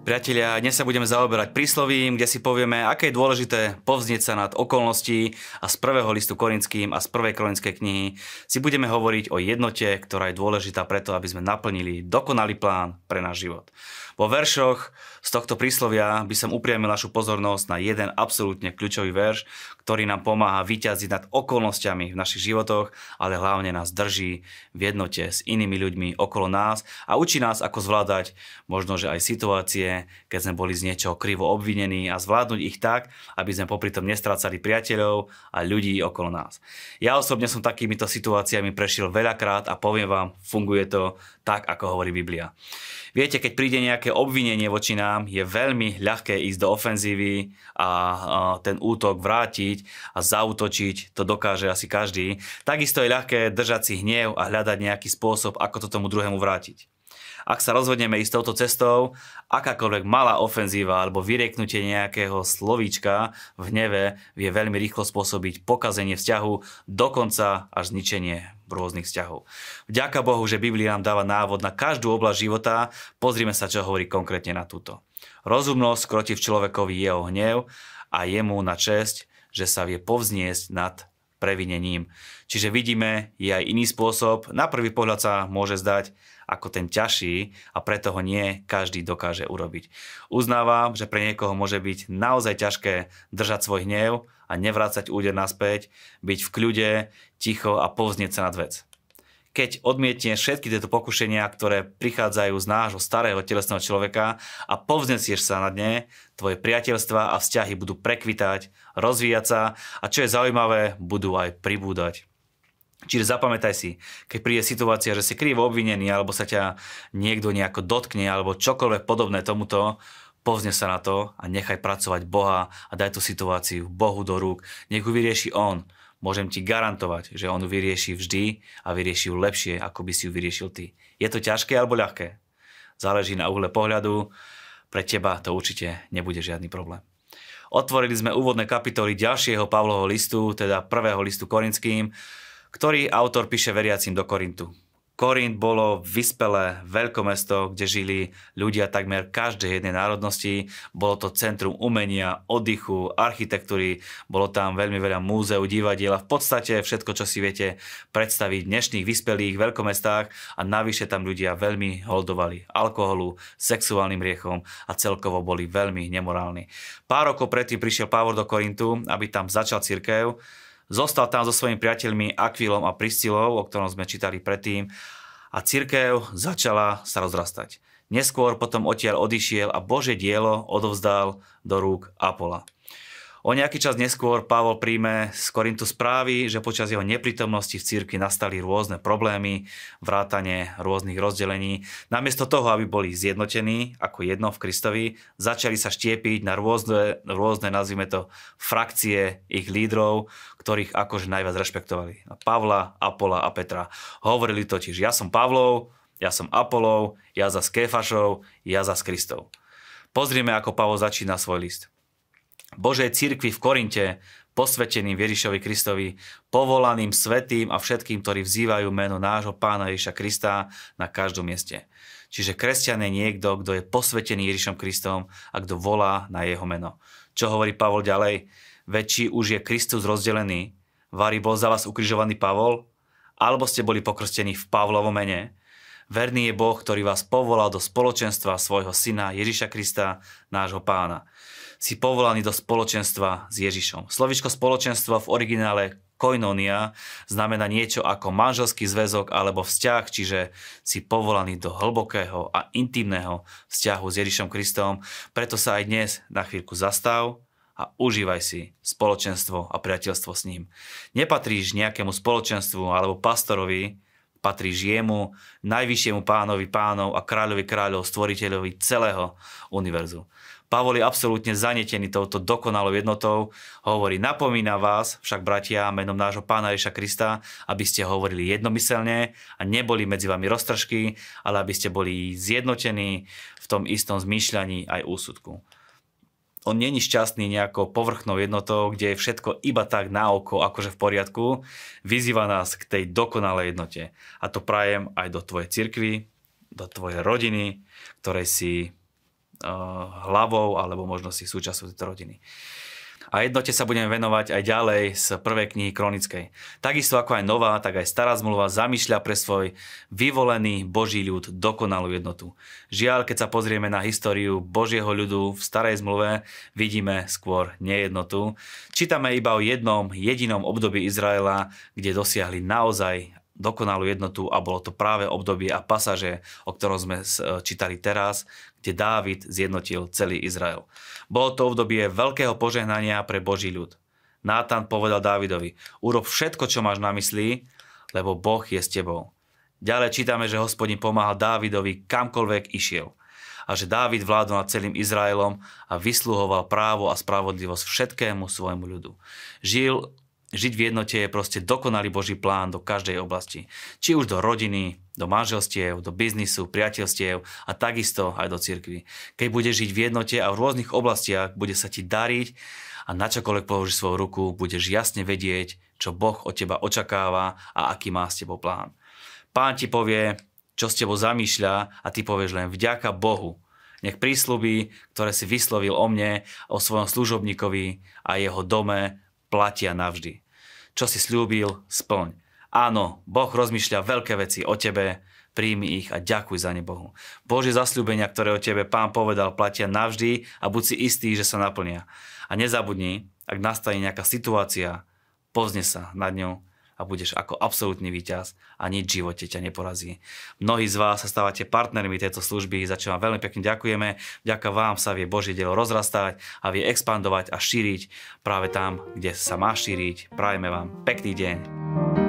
Priatelia, dnes sa budeme zaoberať príslovím, kde si povieme, aké je dôležité povznieť sa nad okolností a z prvého listu Korinským a z prvej Korinskej knihy si budeme hovoriť o jednote, ktorá je dôležitá preto, aby sme naplnili dokonalý plán pre náš život. Vo veršoch z tohto príslovia by som upriamil našu pozornosť na jeden absolútne kľúčový verš, ktorý nám pomáha vyťaziť nad okolnostiami v našich životoch, ale hlavne nás drží v jednote s inými ľuďmi okolo nás a učí nás, ako zvládať možno, že aj situácie, keď sme boli z niečoho krivo obvinení a zvládnuť ich tak, aby sme popri tom nestrácali priateľov a ľudí okolo nás. Ja osobne som takýmito situáciami prešiel veľakrát a poviem vám, funguje to tak, ako hovorí Biblia. Viete, keď príde nejaké obvinenie voči nám, je veľmi ľahké ísť do ofenzívy a ten útok vrátiť a zaútočiť, to dokáže asi každý. Takisto je ľahké držať si hnev a hľadať nejaký spôsob, ako to tomu druhému vrátiť. Ak sa rozhodneme ísť touto cestou, akákoľvek malá ofenzíva alebo vyrieknutie nejakého slovíčka v hneve vie veľmi rýchlo spôsobiť pokazenie vzťahu, dokonca až zničenie rôznych vzťahov. Vďaka Bohu, že Biblia nám dáva návod na každú oblasť života. Pozrime sa, čo hovorí konkrétne na túto. Rozumnosť krotí v človekovi jeho hnev a jemu na česť, že sa vie povzniesť nad previnením. Čiže vidíme, je aj iný spôsob. Na prvý pohľad sa môže zdať ako ten ťažší a preto ho nie každý dokáže urobiť. Uznávam, že pre niekoho môže byť naozaj ťažké držať svoj hnev a nevrácať úder naspäť, byť v kľude, ticho a povznieť sa nad vec. Keď odmietneš všetky tieto pokušenia, ktoré prichádzajú z nášho starého telesného človeka a povznesieš sa nad ne, tvoje priateľstvá a vzťahy budú prekvitať, rozvíjať sa a čo je zaujímavé, budú aj pribúdať. Čiže zapamätaj si, keď príde situácia, že si krivo obvinený alebo sa ťa niekto nejako dotkne alebo čokoľvek podobné tomuto, povzne sa na to a nechaj pracovať Boha a daj tú situáciu Bohu do rúk. Nech ju vyrieši On. Môžem ti garantovať, že On ju vyrieši vždy a vyrieši ju lepšie, ako by si ju vyriešil ty. Je to ťažké alebo ľahké? Záleží na uhle pohľadu. Pre teba to určite nebude žiadny problém. Otvorili sme úvodné kapitoly ďalšieho Pavlovho listu, teda prvého listu Korinským, ktorý autor píše veriacim do Korintu. Korint bolo vyspelé veľkomesto, kde žili ľudia takmer každej jednej národnosti. Bolo to centrum umenia, oddychu, architektúry, bolo tam veľmi veľa múzeov, divadiel a v podstate všetko, čo si viete predstaviť v dnešných vyspelých veľkomestách a navyše tam ľudia veľmi holdovali alkoholu, sexuálnym riechom a celkovo boli veľmi nemorálni. Pár rokov predtým prišiel Pavol do Korintu, aby tam začal cirkev. Zostal tam so svojimi priateľmi Akvilom a Priscilou, o ktorom sme čítali predtým, a cirkev začala sa rozrastať. Neskôr potom odtiaľ odišiel a Božie dielo odovzdal do rúk Apola. O nejaký čas neskôr Pavol príjme z Korintu správy, že počas jeho neprítomnosti v cirkvi nastali rôzne problémy, vrátane rôznych rozdelení. Namiesto toho, aby boli zjednotení ako jedno v Kristovi, začali sa štiepiť na rôzne nazvime to, frakcie ich lídrov, ktorých akože najviac rešpektovali. Pavla, Apola a Petra. Hovorili totiž, ja som Pavlov, ja som Apolov, ja zas Kéfašov, ja zas Kristov. Pozrime, ako Pavol začína svoj list. Božej cirkvi v Korinte, posveteným Ježišovi Kristovi, povolaným svätým a všetkým, ktorí vzývajú meno nášho Pána Ježiša Krista na každom mieste. Čiže kresťan je niekto, kto je posvetený Ježišom Kristom a kto volá na jeho meno. Čo hovorí Pavol ďalej? Veď či už je Kristus rozdelený, vari bol za vás ukrižovaný Pavol, alebo ste boli pokrstení v Pavlovom mene? Verný je Boh, ktorý vás povolal do spoločenstva svojho syna Ježiša Krista, nášho Pána. Si povolaný do spoločenstva s Ježišom. Slovíčko spoločenstvo v originále koinonia znamená niečo ako manželský zväzok alebo vzťah, čiže si povolaný do hlbokého a intimného vzťahu s Ježišom Kristom. Preto sa aj dnes na chvíľku zastav a užívaj si spoločenstvo a priateľstvo s ním. Nepatríš nejakému spoločenstvu alebo pastorovi, patríš jemu, najvyššiemu Pánovi pánov a kráľovi kráľov, stvoriteľovi celého univerzu. Pavol je absolútne zanietený touto dokonalou jednotou. Hovorí, napomína vás, však bratia, menom nášho Pána Ježiša Krista, aby ste hovorili jednomyselne a neboli medzi vami roztržky, ale aby ste boli zjednotení v tom istom zmýšľaní aj úsudku. On není šťastný nejakou povrchnou jednotou, kde je všetko iba tak na oko, akože v poriadku. Vyzýva nás k tej dokonalej jednote. A to prajem aj do tvojej cirkvi, do tvojej rodiny, ktorej si hlavou alebo možno si súčasťou tejto rodiny. A jednote sa budeme venovať aj ďalej z prvej knihy Kronickej. Takisto ako aj nová, tak aj stará zmluva zamýšľa pre svoj vyvolený Boží ľud dokonalú jednotu. Žiaľ, keď sa pozrieme na históriu Božieho ľudu v starej zmluve, vidíme skôr nejednotu. Čítame iba o jednom jedinom období Izraela, kde dosiahli naozaj dokonalú jednotu a bolo to práve obdobie a pasáže, o ktorom sme čítali teraz, kde Dávid zjednotil celý Izrael. Bolo to obdobie veľkého požehnania pre Boží ľud. Nátan povedal Dávidovi: urob všetko, čo máš na mysli, lebo Boh je s tebou. Ďalej čítame, že Hospodin pomáhal Dávidovi kamkoľvek išiel a že Dávid vládol nad celým Izraelom a vysluhoval právo a spravodlivosť všetkému svojmu ľudu. Žiť v jednote je proste dokonalý Boží plán do každej oblasti. Či už do rodiny, do manželstiev, do biznisu, priateľstiev a takisto aj do cirkvi. Keď budeš žiť v jednote a v rôznych oblastiach, bude sa ti dariť a na čokoľvek položíš svoju ruku, budeš jasne vedieť, čo Boh od teba očakáva a aký má s tebou plán. Pán ti povie, čo s tebou zamýšľa a ty povieš len vďaka Bohu. Nech prísľuby, ktoré si vyslovil o mne, o svojom služobníkovi a jeho dome, platia navždy. Čo si sľúbil, splň. Áno, Boh rozmýšľa veľké veci o tebe, príjmi ich a ďakuj za ne Bohu. Božie zasľúbenia, ktoré o tebe Pán povedal, platia navždy a buď si istý, že sa naplnia. A nezabudni, ak nastane nejaká situácia, pozne sa nad ňou a budeš ako absolútny víťaz a nič v živote ťa neporazí. Mnohí z vás sa stávate partnermi tejto služby, za čo vám veľmi pekne ďakujeme. Vďaka vám sa vie Božie dielo rozrastať a vie expandovať a šíriť práve tam, kde sa má šíriť. Prajeme vám pekný deň.